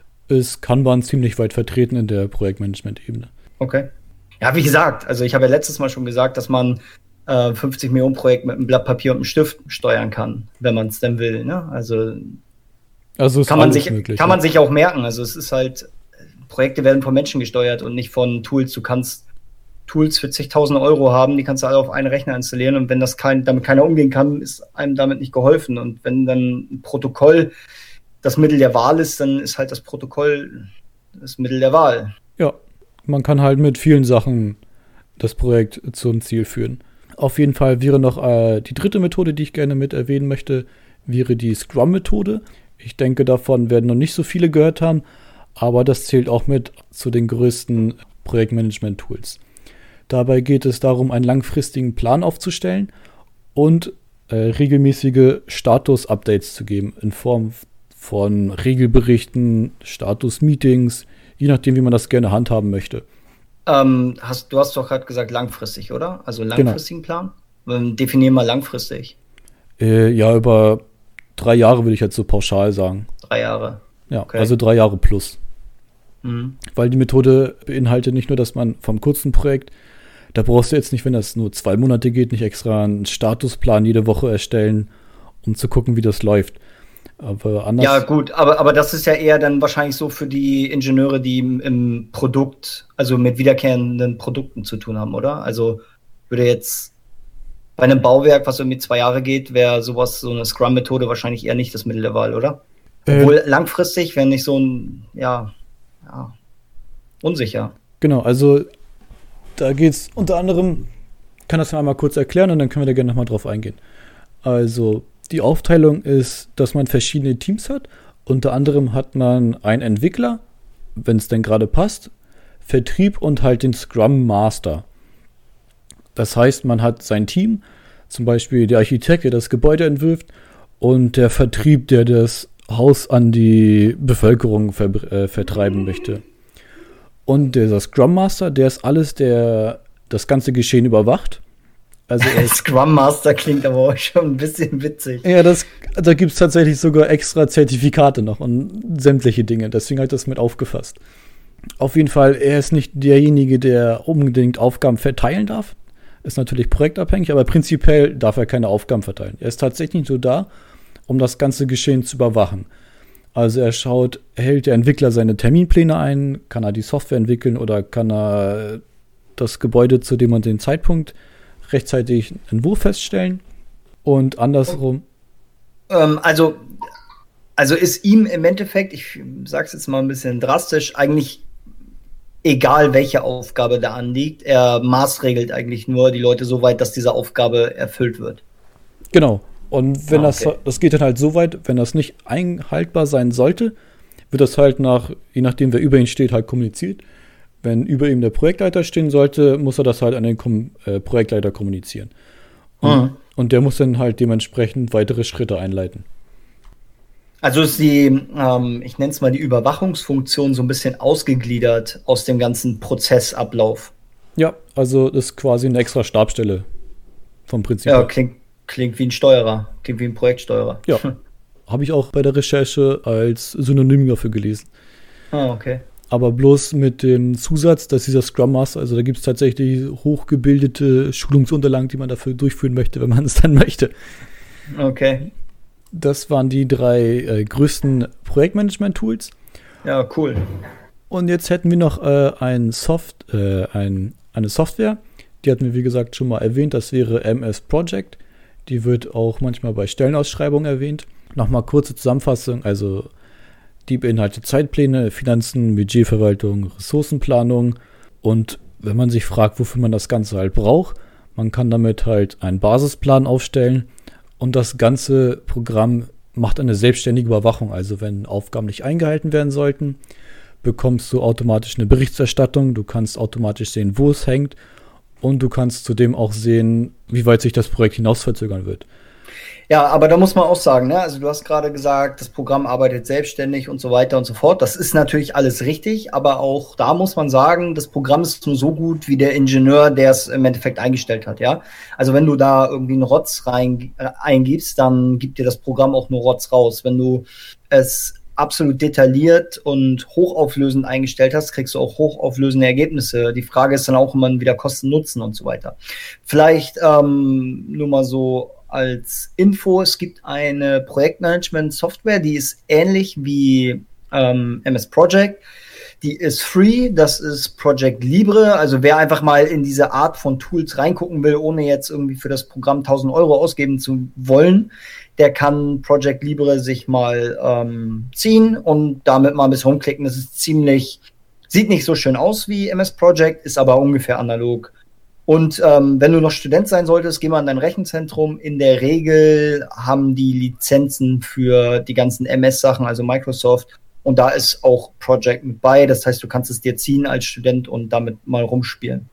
Speaker 1: ist Kanban ziemlich weit vertreten in der Projektmanagement-Ebene.
Speaker 2: Okay. Ja, wie gesagt, also ich habe ja letztes Mal schon gesagt, dass man äh, fünfzig Millionen Projekt mit einem Blatt Papier und einem Stift steuern kann, wenn man es denn will. Ne? Also,
Speaker 1: also ist
Speaker 2: kann man sich
Speaker 1: möglich,
Speaker 2: kann
Speaker 1: ja.
Speaker 2: man sich auch merken. Also es ist halt, Projekte werden von Menschen gesteuert und nicht von Tools. Du kannst Tools für zigtausend Euro haben, die kannst du alle auf einen Rechner installieren und wenn das kein, damit keiner umgehen kann, ist einem damit nicht geholfen. Und wenn dann ein Protokoll das Mittel der Wahl ist, dann ist halt das Protokoll das Mittel der Wahl.
Speaker 1: Ja, man kann halt mit vielen Sachen das Projekt zum Ziel führen. Auf jeden Fall wäre noch äh, die dritte Methode, die ich gerne mit erwähnen möchte, wäre die Scrum-Methode. Ich denke, davon werden noch nicht so viele gehört haben, aber das zählt auch mit zu den größten Projektmanagement-Tools. Dabei geht es darum, einen langfristigen Plan aufzustellen und äh, regelmäßige Status-Updates zu geben in Form von Regelberichten, Status-Meetings, je nachdem, wie man das gerne handhaben möchte.
Speaker 2: Ähm, hast, du hast doch gerade gesagt langfristig, oder? Also langfristigen genau. Plan? Ähm, definier mal langfristig.
Speaker 1: Äh, ja, über drei Jahre würde ich jetzt so pauschal sagen.
Speaker 2: Drei Jahre?
Speaker 1: Ja, okay. Also drei Jahre plus.
Speaker 2: Mhm.
Speaker 1: Weil die Methode beinhaltet nicht nur, dass man vom kurzen Projekt, da brauchst du jetzt nicht, wenn das nur zwei Monate geht, nicht extra einen Statusplan jede Woche erstellen, um zu gucken, wie das läuft. Aber anders.
Speaker 2: Ja, gut, aber, aber das ist ja eher dann wahrscheinlich so für die Ingenieure, die im, im Produkt, also mit wiederkehrenden Produkten zu tun haben, oder? Also würde jetzt bei einem Bauwerk, was irgendwie zwei Jahre geht, wäre sowas, so eine Scrum-Methode wahrscheinlich eher nicht das Mittel der Wahl, oder? Äh, Obwohl langfristig, wenn nicht so ein, ja, ja, unsicher.
Speaker 1: Genau, also da geht es unter anderem, ich kann das mal einmal kurz erklären und dann können wir da gerne nochmal drauf eingehen. Also die Aufteilung ist, dass man verschiedene Teams hat. Unter anderem hat man einen Entwickler, wenn es denn gerade passt, Vertrieb und halt den Scrum Master. Das heißt, man hat sein Team, zum Beispiel der Architekt, der das Gebäude entwirft und der Vertrieb, der das Haus an die Bevölkerung ver- äh, vertreiben möchte. Und der Scrum Master, der ist alles, der das ganze Geschehen überwacht. Also
Speaker 2: Scrum Master klingt aber auch schon ein bisschen witzig.
Speaker 1: Ja, das, da gibt es tatsächlich sogar extra Zertifikate noch und sämtliche Dinge. Deswegen habe ich das mit aufgefasst. Auf jeden Fall, er ist nicht derjenige, der unbedingt Aufgaben verteilen darf. Ist natürlich projektabhängig, aber prinzipiell darf er keine Aufgaben verteilen. Er ist tatsächlich nur da, um das ganze Geschehen zu überwachen. Also er schaut, hält der Entwickler seine Terminpläne ein, kann er die Software entwickeln oder kann er das Gebäude zu dem und dem Zeitpunkt rechtzeitig einen Entwurf feststellen und andersrum.
Speaker 2: Ähm, also, also ist ihm im Endeffekt, ich sage es jetzt mal ein bisschen drastisch, eigentlich egal, welche Aufgabe da anliegt. Er maßregelt eigentlich nur die Leute so weit, dass diese Aufgabe erfüllt wird.
Speaker 1: Genau. Und wenn
Speaker 2: ah, okay.
Speaker 1: das, das geht dann halt so weit, wenn das nicht einhaltbar sein sollte, wird das halt nach, je nachdem wer über ihn steht, halt kommuniziert. Wenn über ihm der Projektleiter stehen sollte, muss er das halt an den Kom- äh, Projektleiter kommunizieren. Und, mhm. und der muss dann halt dementsprechend weitere Schritte einleiten.
Speaker 2: Also ist die, ähm, ich nenne es mal die Überwachungsfunktion so ein bisschen ausgegliedert aus dem ganzen Prozessablauf.
Speaker 1: Ja, also das ist quasi eine extra Stabsstelle vom Prinzip
Speaker 2: Ja,
Speaker 1: her.
Speaker 2: klingt, klingt wie ein Steuerer, klingt wie ein Projektsteuerer.
Speaker 1: Ja, habe ich auch bei der Recherche als Synonym dafür gelesen.
Speaker 2: Ah, okay.
Speaker 1: Aber bloß mit dem Zusatz, dass dieser Scrum Master, also da gibt es tatsächlich hochgebildete Schulungsunterlagen, die man dafür durchführen möchte, wenn man es dann möchte.
Speaker 2: Okay.
Speaker 1: Das waren die drei äh, größten Projektmanagement-Tools.
Speaker 2: Ja, cool.
Speaker 1: Und jetzt hätten wir noch äh, ein Soft, äh, ein, eine Software, die hatten wir wie gesagt schon mal erwähnt, das wäre M S Project. Die wird auch manchmal bei Stellenausschreibungen erwähnt. Nochmal kurze Zusammenfassung, also die beinhaltet Zeitpläne, Finanzen, Budgetverwaltung, Ressourcenplanung und wenn man sich fragt, wofür man das Ganze halt braucht, man kann damit halt einen Basisplan aufstellen und das ganze Programm macht eine selbstständige Überwachung. Also wenn Aufgaben nicht eingehalten werden sollten, bekommst du automatisch eine Berichterstattung, du kannst automatisch sehen, wo es hängt und du kannst zudem auch sehen, wie weit sich das Projekt hinaus verzögern wird.
Speaker 2: Ja, aber da muss man auch sagen, ne? Also du hast gerade gesagt, das Programm arbeitet selbstständig und so weiter und so fort. Das ist natürlich alles richtig, aber auch da muss man sagen, das Programm ist nur so gut wie der Ingenieur, der es im Endeffekt eingestellt hat, ja. Also wenn du da irgendwie einen Rotz rein äh, eingibst, dann gibt dir das Programm auch nur Rotz raus. Wenn du es absolut detailliert und hochauflösend eingestellt hast, kriegst du auch hochauflösende Ergebnisse. Die Frage ist dann auch immer wieder Kosten, Nutzen und so weiter. Vielleicht ähm, nur mal so als Info, es gibt eine Projektmanagement-Software, die ist ähnlich wie ähm, M S Project. Die ist free, das ist Project Libre. Also wer einfach mal in diese Art von Tools reingucken will, ohne jetzt irgendwie für das Programm tausend Euro ausgeben zu wollen, der kann Project Libre sich mal ähm, ziehen und damit mal ein bisschen rumklicken. Das ist ziemlich, sieht nicht so schön aus wie M S Project, ist aber ungefähr analog. Und ähm, wenn du noch Student sein solltest, geh mal in dein Rechenzentrum. In der Regel haben die Lizenzen für die ganzen M S-Sachen, also Microsoft. Und da ist auch Project mit bei. Das heißt, du kannst es dir ziehen als Student und damit mal rumspielen.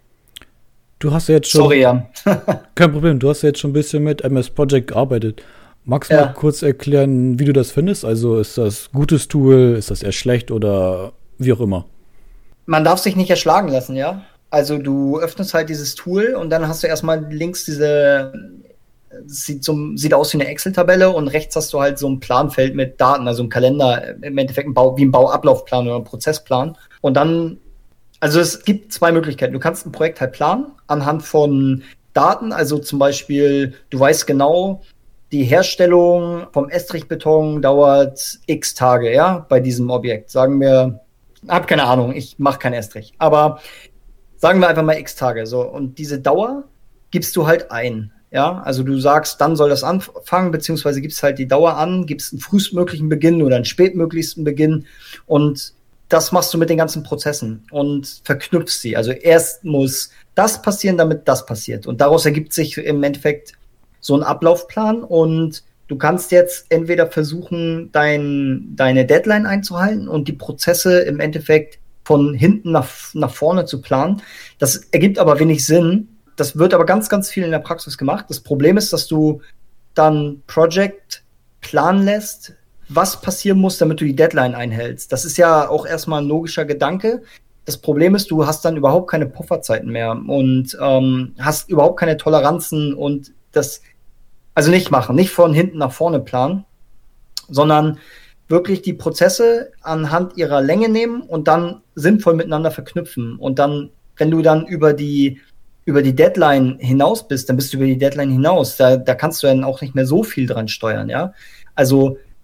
Speaker 1: Du hast ja jetzt schon...
Speaker 2: Sorry, Jan.
Speaker 1: Kein Problem, du hast ja jetzt schon ein bisschen mit M S Project gearbeitet. Magst du
Speaker 2: ja.
Speaker 1: mal kurz erklären, wie du das findest? Also ist das gutes Tool, ist das eher schlecht oder wie auch immer?
Speaker 2: Man darf sich nicht erschlagen lassen, ja? Also du öffnest halt dieses Tool und dann hast du erstmal links diese, sieht, so, sieht aus wie eine Excel-Tabelle und rechts hast du halt so ein Planfeld mit Daten, also ein Kalender, im Endeffekt ein Bau, wie ein Bauablaufplan oder ein Prozessplan. Und dann, also es gibt zwei Möglichkeiten. Du kannst ein Projekt halt planen anhand von Daten, also zum Beispiel, du weißt genau, die Herstellung vom Estrichbeton dauert x Tage, ja, bei diesem Objekt. Sagen wir, hab keine Ahnung, ich mache kein Estrich, aber sagen wir einfach mal x Tage, so. Und diese Dauer gibst du halt ein, ja. Also du sagst, dann soll das anfangen, beziehungsweise gibst halt die Dauer an, gibst einen frühestmöglichen Beginn oder einen spätmöglichsten Beginn und das machst du mit den ganzen Prozessen und verknüpfst sie. Also erst muss das passieren, damit das passiert. Und daraus ergibt sich im Endeffekt so ein Ablaufplan und du kannst jetzt entweder versuchen, dein, deine Deadline einzuhalten und die Prozesse im Endeffekt von hinten nach, nach vorne zu planen. Das ergibt aber wenig Sinn. Das wird aber ganz, ganz viel in der Praxis gemacht. Das Problem ist, dass du dann Project planen lässt, was passieren muss, damit du die Deadline einhältst. Das ist ja auch erstmal ein logischer Gedanke. Das Problem ist, du hast dann überhaupt keine Pufferzeiten mehr und ähm, hast überhaupt keine Toleranzen und das, also nicht machen, nicht von hinten nach vorne planen, sondern wirklich die Prozesse anhand ihrer Länge nehmen und dann sinnvoll miteinander verknüpfen. Und dann, wenn du dann über die, über die Deadline hinaus bist, dann bist du über die Deadline hinaus. Da, da kannst du dann auch nicht mehr so viel dran steuern, ja. Also,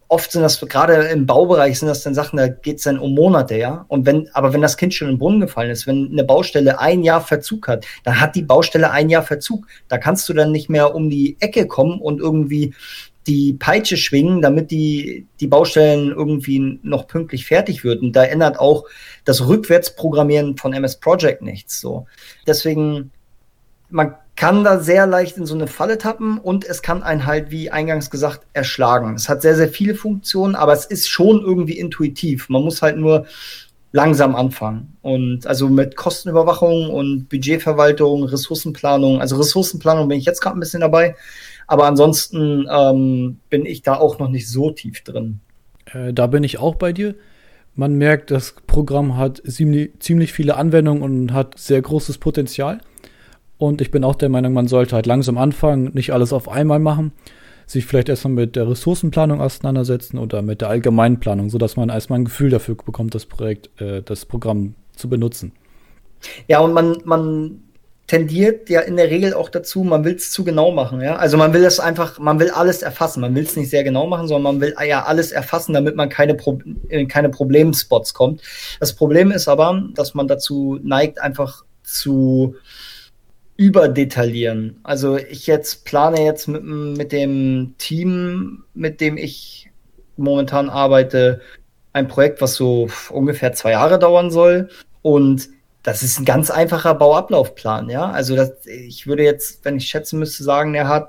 Speaker 2: oft sind das, gerade im Baubereich sind das dann Sachen, da geht es dann um Monate, ja. Und wenn, aber wenn das Kind schon in den Brunnen gefallen ist, wenn eine Baustelle ein Jahr Verzug hat, dann hat die Baustelle ein Jahr Verzug. Da kannst du dann nicht mehr um die Ecke kommen und irgendwie die Peitsche schwingen, damit die, die Baustellen irgendwie noch pünktlich fertig wird. Und da ändert auch das Rückwärtsprogrammieren von M S Project nichts, so. Deswegen, man kann da sehr leicht in so eine Falle tappen und es kann einen halt, wie eingangs gesagt, erschlagen. Es hat sehr, sehr viele Funktionen, aber es ist schon irgendwie intuitiv. Man muss halt nur langsam anfangen. Und also mit Kostenüberwachung und Budgetverwaltung, Ressourcenplanung. Also Ressourcenplanung bin ich jetzt gerade ein bisschen dabei, aber ansonsten ähm, bin ich da auch noch nicht so tief drin.
Speaker 1: Äh, da bin ich auch bei dir. Man merkt, das Programm hat ziemlich, ziemlich viele Anwendungen und hat sehr großes Potenzial. Und ich bin auch der Meinung, man sollte halt langsam anfangen, nicht alles auf einmal machen, sich vielleicht erstmal mit der Ressourcenplanung auseinandersetzen oder mit der allgemeinen Planung, sodass man erstmal ein Gefühl dafür bekommt, das Projekt, äh, das Programm zu benutzen.
Speaker 2: Ja, und man, man tendiert ja in der Regel auch dazu, man will es zu genau machen, ja. Also man will es einfach, man will alles erfassen. Man will es nicht sehr genau machen, sondern man will ja alles erfassen, damit man keine, Pro- in keine Problemspots kommt. Das Problem ist aber, dass man dazu neigt, einfach zu überdetaillieren. Also ich jetzt plane jetzt mit, mit dem Team, mit dem ich momentan arbeite, ein Projekt, was so ungefähr zwei Jahre dauern soll. Und das ist ein ganz einfacher Bauablaufplan, ja. Also das, ich würde jetzt, wenn ich schätzen müsste, sagen, der hat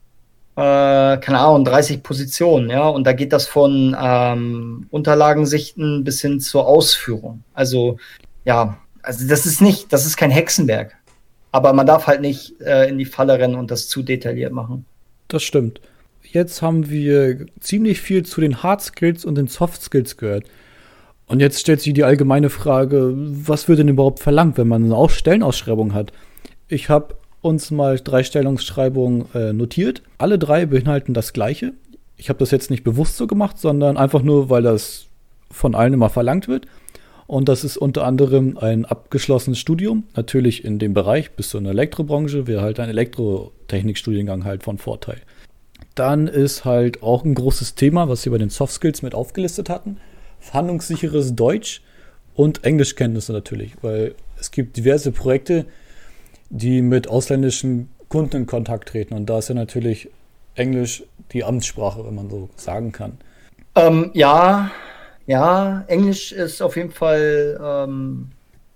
Speaker 2: äh, keine Ahnung, dreißig Positionen, ja. Und da geht das von ähm, Unterlagensichten bis hin zur Ausführung. Also ja, also das ist nicht, das ist kein Hexenwerk. Aber man darf halt nicht äh, in die Falle rennen und das zu detailliert machen.
Speaker 1: Das stimmt. Jetzt haben wir ziemlich viel zu den Hard Skills und den Soft Skills gehört. Und jetzt stellt sich die allgemeine Frage, was wird denn überhaupt verlangt, wenn man eine Aus- Stellenausschreibung hat? Ich habe uns mal drei Stellenausschreibungen äh, notiert. Alle drei beinhalten das Gleiche. Ich habe das jetzt nicht bewusst so gemacht, sondern einfach nur, weil das von allen immer verlangt wird. Und das ist unter anderem ein abgeschlossenes Studium. Natürlich in dem Bereich, bis zur Elektrobranche, wäre halt ein Elektrotechnikstudiengang halt von Vorteil. Dann ist halt auch ein großes Thema, was sie bei den Soft Skills mit aufgelistet hatten. Verhandlungssicheres Deutsch und Englischkenntnisse natürlich. Weil es gibt diverse Projekte, die mit ausländischen Kunden in Kontakt treten. Und da ist ja natürlich Englisch die Amtssprache, wenn man so sagen kann.
Speaker 2: Ähm, ja... Ja, Englisch ist auf jeden Fall ähm,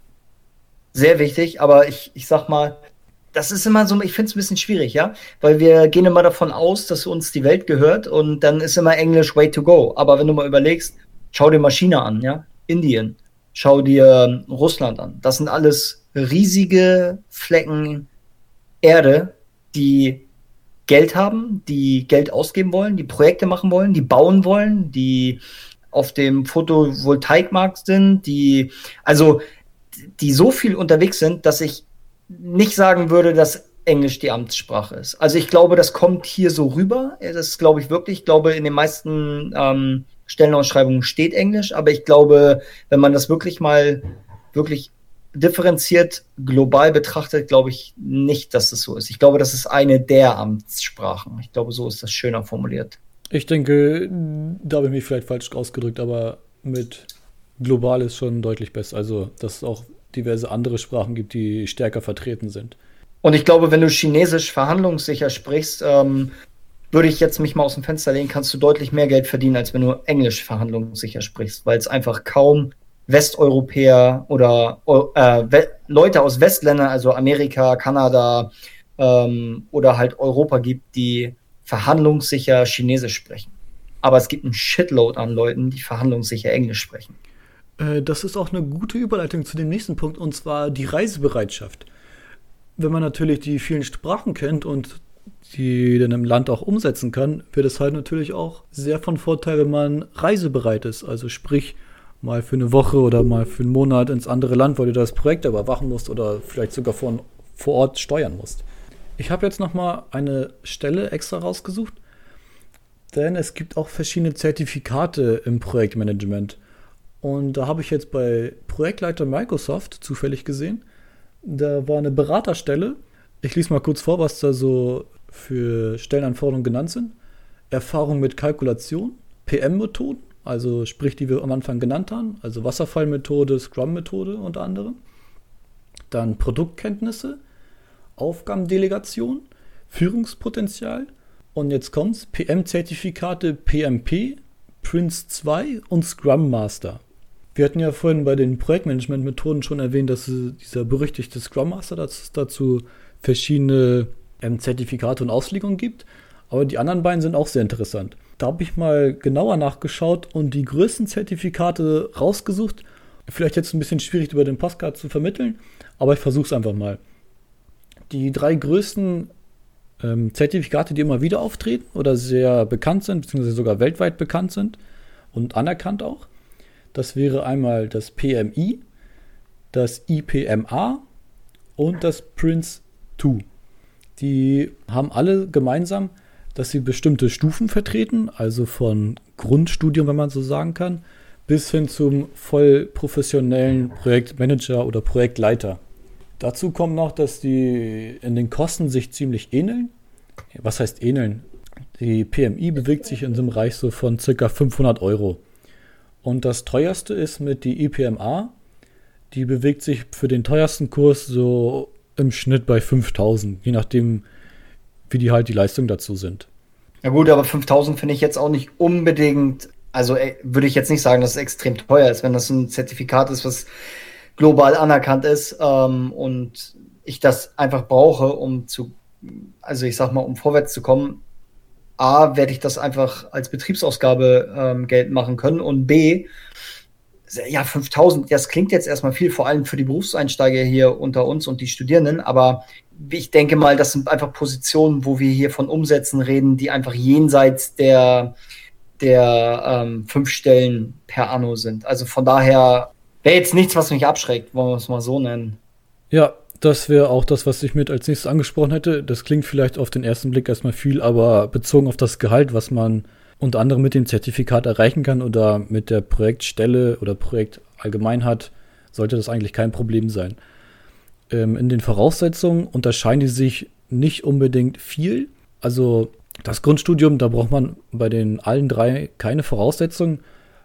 Speaker 2: sehr wichtig, aber ich, ich sag mal, das ist immer so, ich finde es ein bisschen schwierig, ja, weil wir gehen immer davon aus, dass uns die Welt gehört und dann ist immer Englisch way to go. Aber wenn du mal überlegst, schau dir mal China an, ja, Indien, schau dir Russland an. Das sind alles riesige Flecken Erde, die Geld haben, die Geld ausgeben wollen, die Projekte machen wollen, die bauen wollen, die auf dem Photovoltaikmarkt sind, die, also, die so viel unterwegs sind, dass ich nicht sagen würde, dass Englisch die Amtssprache ist. Also ich glaube, das kommt hier so rüber. Das glaube ich wirklich. Ich glaube, in den meisten ähm, Stellenausschreibungen steht Englisch, aber ich glaube, wenn man das wirklich mal wirklich differenziert global betrachtet, glaube ich nicht, dass das so ist. Ich glaube, das ist eine der Amtssprachen. Ich glaube, so ist das schöner formuliert.
Speaker 1: Ich denke, da habe ich mich vielleicht falsch ausgedrückt, aber mit global ist schon deutlich besser. Also, dass es auch diverse andere Sprachen gibt, die stärker vertreten sind.
Speaker 2: Und ich glaube, wenn du Chinesisch verhandlungssicher sprichst, ähm, würde ich jetzt mich mal aus dem Fenster lehnen, kannst du deutlich mehr Geld verdienen, als wenn du Englisch verhandlungssicher sprichst, weil es einfach kaum Westeuropäer oder äh, We- Leute aus Westländern, also Amerika, Kanada ähm, oder halt Europa gibt, die verhandlungssicher Chinesisch sprechen. Aber es gibt einen Shitload an Leuten, die verhandlungssicher Englisch sprechen.
Speaker 1: Äh, das ist auch eine gute Überleitung zu dem nächsten Punkt, und zwar die Reisebereitschaft. Wenn man natürlich die vielen Sprachen kennt und die dann im Land auch umsetzen kann, wird es halt natürlich auch sehr von Vorteil, wenn man reisebereit ist. Also sprich, mal für eine Woche oder mal für einen Monat ins andere Land, weil du das Projekt überwachen musst oder vielleicht sogar von, vor Ort steuern musst. Ich habe jetzt nochmal eine Stelle extra rausgesucht, denn es gibt auch verschiedene Zertifikate im Projektmanagement. Und da habe ich jetzt bei Projektleiter Microsoft zufällig gesehen, da war eine Beraterstelle. Ich lese mal kurz vor, was da so für Stellenanforderungen genannt sind. Erfahrung mit Kalkulation, P M-Methoden, also sprich, die wir am Anfang genannt haben, also Wasserfallmethode, Scrum-Methode unter anderem. Dann Produktkenntnisse, Aufgabendelegation, Führungspotenzial und jetzt kommt's, P M-Zertifikate P M P, Prince zwei und Scrum Master. Wir hatten ja vorhin bei den Projektmanagement-Methoden schon erwähnt, dass dieser berüchtigte Scrum Master dass es dazu verschiedene ähm, Zertifikate und Auslegungen gibt. Aber die anderen beiden sind auch sehr interessant. Da habe ich mal genauer nachgeschaut und die größten Zertifikate rausgesucht. Vielleicht jetzt ein bisschen schwierig über den Podcast zu vermitteln, aber ich versuche es einfach mal. Die drei größten ähm, Zertifikate, die immer wieder auftreten oder sehr bekannt sind, beziehungsweise sogar weltweit bekannt sind und anerkannt auch, das wäre einmal das P M I, das I P M A und das Prince zwei. Die haben alle gemeinsam, dass sie bestimmte Stufen vertreten, also von Grundstudium, wenn man so sagen kann, bis hin zum voll professionellen Projektmanager oder Projektleiter. Dazu kommt noch, dass die in den Kosten sich ziemlich ähneln. Was heißt ähneln? Die P M I bewegt sich in diesem Bereich so von ca. fünfhundert Euro. Und das teuerste ist mit die I P M A. Die bewegt sich für den teuersten Kurs so im Schnitt bei fünftausend, je nachdem, wie die halt die Leistungen dazu sind.
Speaker 2: Ja gut, aber fünftausend finde ich jetzt auch nicht unbedingt, also ey, würde ich jetzt nicht sagen, dass es extrem teuer ist, wenn das ein Zertifikat ist, was global anerkannt ist ähm, und ich das einfach brauche, um zu, also ich sag mal, um vorwärts zu kommen. A, werde ich das einfach als Betriebsausgabe ähm, geltend machen können und B, ja, fünftausend, das klingt jetzt erstmal viel, vor allem für die Berufseinsteiger hier unter uns und die Studierenden, aber ich denke mal, das sind einfach Positionen, wo wir hier von Umsätzen reden, die einfach jenseits der, der ähm, fünf Stellen per Anno sind. Also von daher wäre jetzt nichts, was mich abschreckt, wollen wir es mal so nennen.
Speaker 1: Ja, das wäre auch das, was ich mit als nächstes angesprochen hätte. Das klingt vielleicht auf den ersten Blick erstmal viel, aber bezogen auf das Gehalt, was man unter anderem mit dem Zertifikat erreichen kann oder mit der Projektstelle oder Projekt allgemein hat, sollte das eigentlich kein Problem sein. Ähm, in den Voraussetzungen unterscheiden die sich nicht unbedingt viel. Also das Grundstudium, da braucht man bei den allen drei keine Voraussetzungen.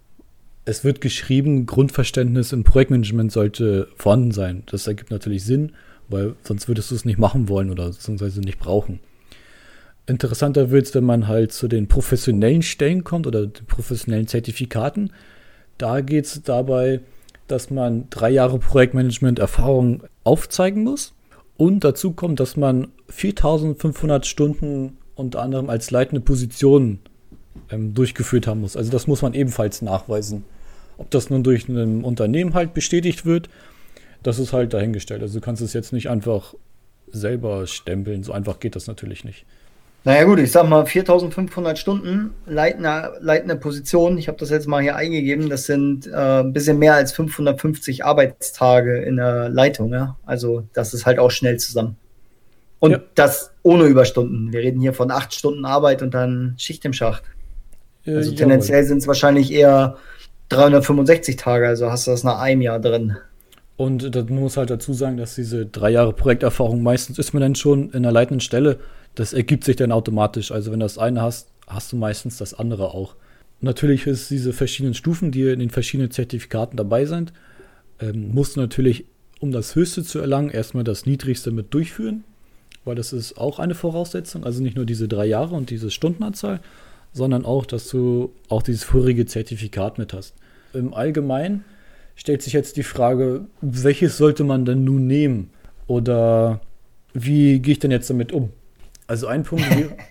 Speaker 1: Es wird geschrieben, Grundverständnis im Projektmanagement sollte vorhanden sein. Das ergibt natürlich Sinn, weil sonst würdest du es nicht machen wollen oder beziehungsweise nicht brauchen. Interessanter wird es, wenn man halt zu den professionellen Stellen kommt oder den professionellen Zertifikaten. Da geht es dabei, dass man drei Jahre Projektmanagement-Erfahrung aufzeigen muss. Und dazu kommt, dass man viertausendfünfhundert Stunden unter anderem als leitende Position ähm, durchgeführt haben muss. Also das muss man ebenfalls nachweisen. Ob das nun durch ein Unternehmen halt bestätigt wird, das ist halt dahingestellt. Also du kannst es jetzt nicht einfach selber stempeln. So einfach geht das natürlich nicht.
Speaker 2: Naja gut, ich sag mal viertausendfünfhundert Stunden leitende, leitende Position. Ich habe das jetzt mal hier eingegeben. Das sind äh, ein bisschen mehr als fünfhundertfünfzig Arbeitstage in der Leitung. Ja? Also das ist halt auch schnell zusammen. Und ja, das ohne Überstunden. Wir reden hier von acht Stunden Arbeit und dann Schicht im Schacht. Äh, also tendenziell sind es wahrscheinlich eher dreihundertfünfundsechzig Tage. Also hast du das nach einem Jahr drin.
Speaker 1: Und da muss halt dazu sagen, dass diese drei Jahre Projekterfahrung meistens ist man dann schon in einer leitenden Stelle. Das ergibt sich dann automatisch. Also wenn du das eine hast, hast du meistens das andere auch. Natürlich ist diese verschiedenen Stufen, die in den verschiedenen Zertifikaten dabei sind, ähm, musst du natürlich, um das Höchste zu erlangen, erstmal das Niedrigste mit durchführen, weil das ist auch eine Voraussetzung. Also nicht nur diese drei Jahre und diese Stundenanzahl, sondern auch, dass du auch dieses vorige Zertifikat mit hast. Im Allgemeinen stellt sich jetzt die Frage, welches sollte man denn nun nehmen? Oder wie gehe ich denn jetzt damit um? Also ein Punkt.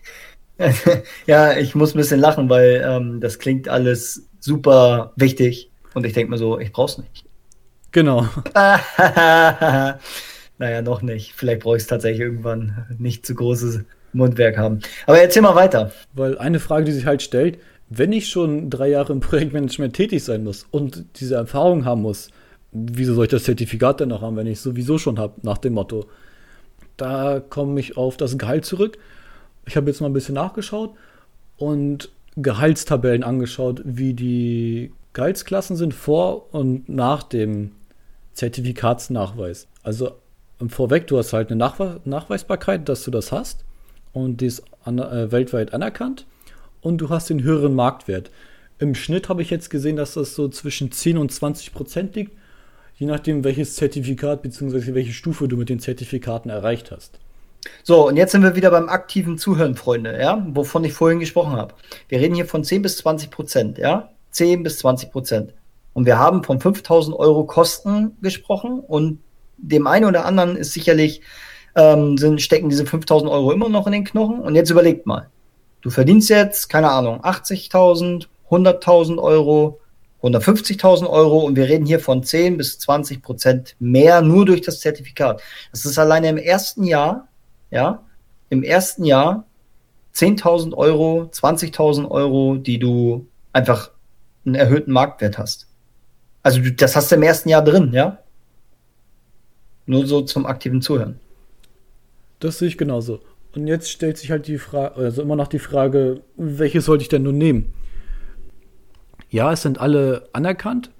Speaker 2: Ja, ich muss ein bisschen lachen, weil ähm, das klingt alles super wichtig. Und ich denke mir so, ich brauch's nicht.
Speaker 1: Genau.
Speaker 2: Naja, noch nicht. Vielleicht brauche ich es tatsächlich irgendwann nicht zu großes Mundwerk haben. Aber erzähl mal weiter.
Speaker 1: Weil eine Frage, die sich halt stellt, wenn ich schon drei Jahre im Projektmanagement tätig sein muss und diese Erfahrung haben muss, wieso soll ich das Zertifikat denn noch haben, wenn ich es sowieso schon habe, nach dem Motto? Da komme ich auf das Gehalt zurück. Ich habe jetzt mal ein bisschen nachgeschaut und Gehaltstabellen angeschaut, wie die Gehaltsklassen sind vor und nach dem Zertifikatsnachweis. Also vorweg, du hast halt eine Nachwe- Nachweisbarkeit, dass du das hast und die ist an, äh, weltweit anerkannt und du hast den höheren Marktwert. Im Schnitt habe ich jetzt gesehen, dass das so zwischen zehn und zwanzig Prozent liegt, je nachdem, welches Zertifikat bzw. welche Stufe du mit den Zertifikaten erreicht hast.
Speaker 2: So, und jetzt sind wir wieder beim aktiven Zuhören, Freunde, ja, wovon ich vorhin gesprochen habe. Wir reden hier von zehn bis zwanzig Prozent, ja, zehn bis zwanzig Prozent. Und wir haben von fünftausend Euro Kosten gesprochen und dem einen oder anderen ist sicherlich, ähm, sind, stecken diese fünftausend Euro immer noch in den Knochen. Und jetzt überlegt mal, du verdienst jetzt, keine Ahnung, achtzigtausend, hunderttausend Euro, hundertfünfzigtausend Euro und wir reden hier von zehn bis zwanzig Prozent mehr nur durch das Zertifikat. Das ist alleine im ersten Jahr, ja, im ersten Jahr zehntausend Euro, zwanzigtausend Euro, die du einfach einen erhöhten Marktwert hast. Also du, das hast du im ersten Jahr drin, ja? Nur so zum aktiven Zuhören.
Speaker 1: Das sehe ich genauso. Und jetzt stellt sich halt die Frage, also immer noch die Frage, welche sollte ich denn nun nehmen? Ja, es sind alle anerkannt,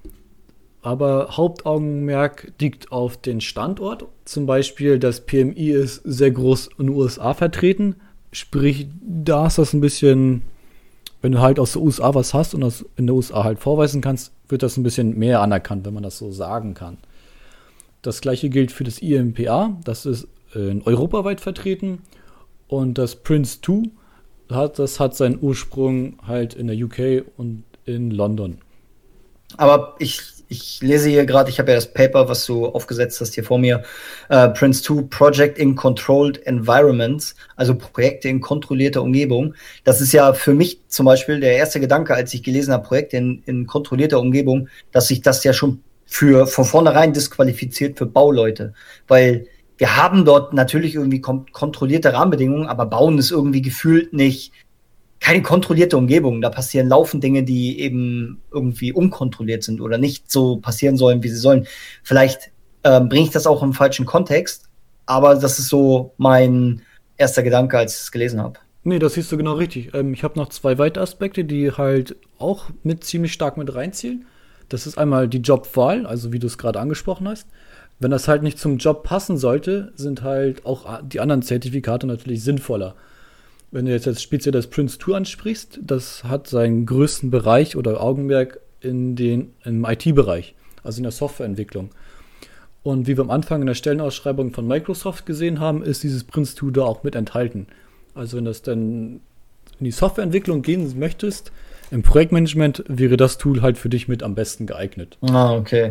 Speaker 1: aber Hauptaugenmerk liegt auf den Standort. Zum Beispiel das P M I ist sehr groß in den U S A vertreten. Sprich, da ist das ein bisschen, wenn du halt aus den U S A was hast und das in den U S A halt vorweisen kannst, wird das ein bisschen mehr anerkannt, wenn man das so sagen kann. Das gleiche gilt für das I M P A, das ist äh, europaweit vertreten. Und das Prince zwei, hat, das hat seinen Ursprung halt in der U K und in London.
Speaker 2: Aber ich, ich lese hier gerade, ich habe ja das Paper, was du aufgesetzt hast hier vor mir, äh, Prince zwei, Project in Controlled Environments, also Projekte in kontrollierter Umgebung. Das ist ja für mich zum Beispiel der erste Gedanke, als ich gelesen habe, Projekte in, in kontrollierter Umgebung, dass sich das ja schon für von vornherein disqualifiziert für Bauleute, weil wir haben dort natürlich irgendwie kom- kontrollierte Rahmenbedingungen, aber Bauen ist irgendwie gefühlt nicht keine kontrollierte Umgebung. Da passieren laufend Dinge, die eben irgendwie unkontrolliert sind oder nicht so passieren sollen, wie sie sollen. Vielleicht ähm, bringe ich das auch im falschen Kontext, aber das ist so mein erster Gedanke, als ich es gelesen habe.
Speaker 1: Nee, das siehst du genau richtig. Ähm, ich habe noch zwei weitere Aspekte, die halt auch mit ziemlich stark mit reinziehen. Das ist einmal die Jobwahl, also wie du es gerade angesprochen hast. Wenn das halt nicht zum Job passen sollte, sind halt auch die anderen Zertifikate natürlich sinnvoller. Wenn du jetzt, jetzt speziell das Prince zwei ansprichst, das hat seinen größten Bereich oder Augenmerk in den, im I T-Bereich, also in der Softwareentwicklung. Und wie wir am Anfang in der Stellenausschreibung von Microsoft gesehen haben, ist dieses Prince zwei da auch mit enthalten. Also wenn das dann in die Softwareentwicklung gehen möchtest, im Projektmanagement wäre das Tool halt für dich mit am besten geeignet.
Speaker 2: Ah, okay.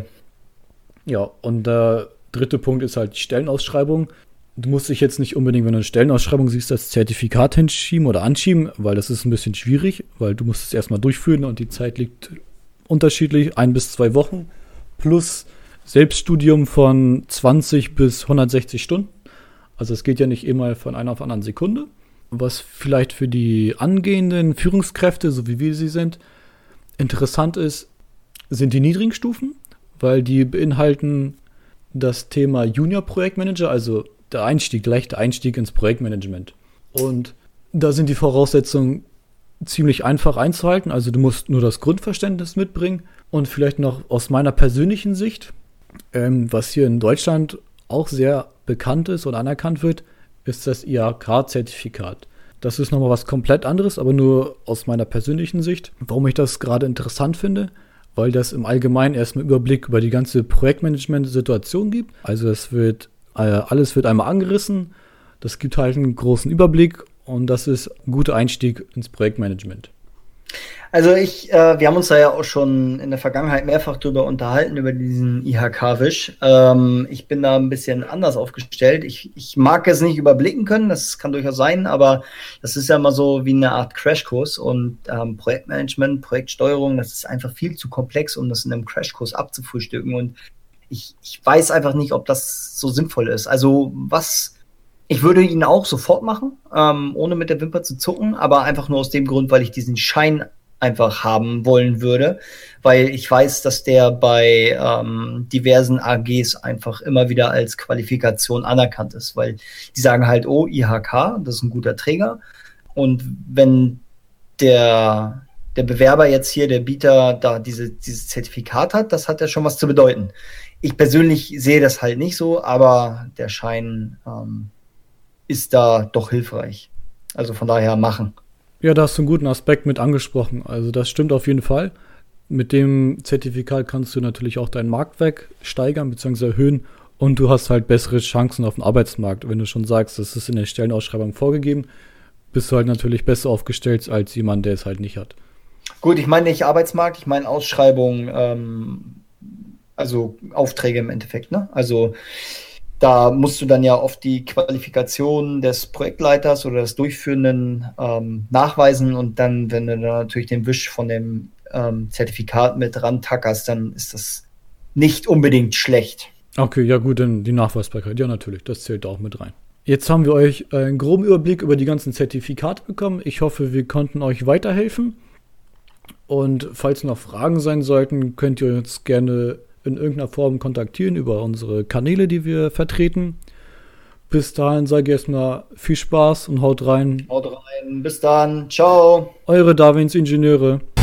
Speaker 1: Ja, und der dritte Punkt ist halt die Stellenausschreibung. Du musst dich jetzt nicht unbedingt, wenn du eine Stellenausschreibung siehst, das Zertifikat hinschieben oder anschieben, weil das ist ein bisschen schwierig, weil du musst es erstmal durchführen und die Zeit liegt unterschiedlich, ein bis zwei Wochen, plus Selbststudium von zwanzig bis hundertsechzig Stunden. Also es geht ja nicht immer von einer auf anderen Sekunde. Was vielleicht für die angehenden Führungskräfte, so wie wir sie sind, interessant ist, sind die niedrigen Stufen, weil die beinhalten das Thema Junior-Projektmanager, also der Einstieg, der leichte Einstieg ins Projektmanagement. Und da sind die Voraussetzungen ziemlich einfach einzuhalten. Also du musst nur das Grundverständnis mitbringen und vielleicht noch aus meiner persönlichen Sicht, ähm, was hier in Deutschland auch sehr bekannt ist und anerkannt wird, ist das I H K-Zertifikat. Das ist nochmal was komplett anderes, aber nur aus meiner persönlichen Sicht. Warum ich das gerade interessant finde, weil das im Allgemeinen erstmal Überblick über die ganze Projektmanagement-Situation gibt. Also es wird, äh, alles wird einmal angerissen, das gibt halt einen großen Überblick und das ist ein guter Einstieg ins Projektmanagement.
Speaker 2: Also ich, äh, wir haben uns da ja auch schon in der Vergangenheit mehrfach drüber unterhalten, über diesen I H K-Wisch. Ähm, ich bin da ein bisschen anders aufgestellt. Ich, ich mag es nicht überblicken können, das kann durchaus sein, aber das ist ja immer so wie eine Art Crashkurs und ähm, Projektmanagement, Projektsteuerung, das ist einfach viel zu komplex, um das in einem Crashkurs abzufrühstücken und ich, ich weiß einfach nicht, ob das so sinnvoll ist. Also was... Ich würde ihn auch sofort machen, ähm, ohne mit der Wimper zu zucken, aber einfach nur aus dem Grund, weil ich diesen Schein einfach haben wollen würde, weil ich weiß, dass der bei ähm, diversen A Gs einfach immer wieder als Qualifikation anerkannt ist, weil die sagen halt, oh, I H K, das ist ein guter Träger und wenn der der Bewerber jetzt hier, der Bieter, da diese, dieses Zertifikat hat, das hat ja schon was zu bedeuten. Ich persönlich sehe das halt nicht so, aber der Schein ähm, ist da doch hilfreich. Also von daher machen.
Speaker 1: Ja, da hast du einen guten Aspekt mit angesprochen. Also das stimmt auf jeden Fall. Mit dem Zertifikat kannst du natürlich auch deinen Marktwert steigern bzw. erhöhen und du hast halt bessere Chancen auf dem Arbeitsmarkt. Wenn du schon sagst, das ist in der Stellenausschreibung vorgegeben, bist du halt natürlich besser aufgestellt als jemand, der es halt nicht hat.
Speaker 2: Gut, ich meine nicht Arbeitsmarkt, ich meine Ausschreibung, ähm, also Aufträge im Endeffekt, ne? Also da musst du dann ja oft die Qualifikation des Projektleiters oder des Durchführenden ähm, nachweisen und dann, wenn du dann natürlich den Wisch von dem ähm, Zertifikat mit rantackerst, dann ist das nicht unbedingt schlecht.
Speaker 1: Okay, ja gut, dann die Nachweisbarkeit. Ja, natürlich, das zählt auch mit rein. Jetzt haben wir euch einen groben Überblick über die ganzen Zertifikate bekommen. Ich hoffe, wir konnten euch weiterhelfen. Und falls noch Fragen sein sollten, könnt ihr uns gerne in irgendeiner Form kontaktieren über unsere Kanäle, die wir vertreten. Bis dahin sage ich erstmal viel Spaß und haut rein.
Speaker 2: Haut rein, bis dann, ciao.
Speaker 1: Eure Darwins Ingenieure.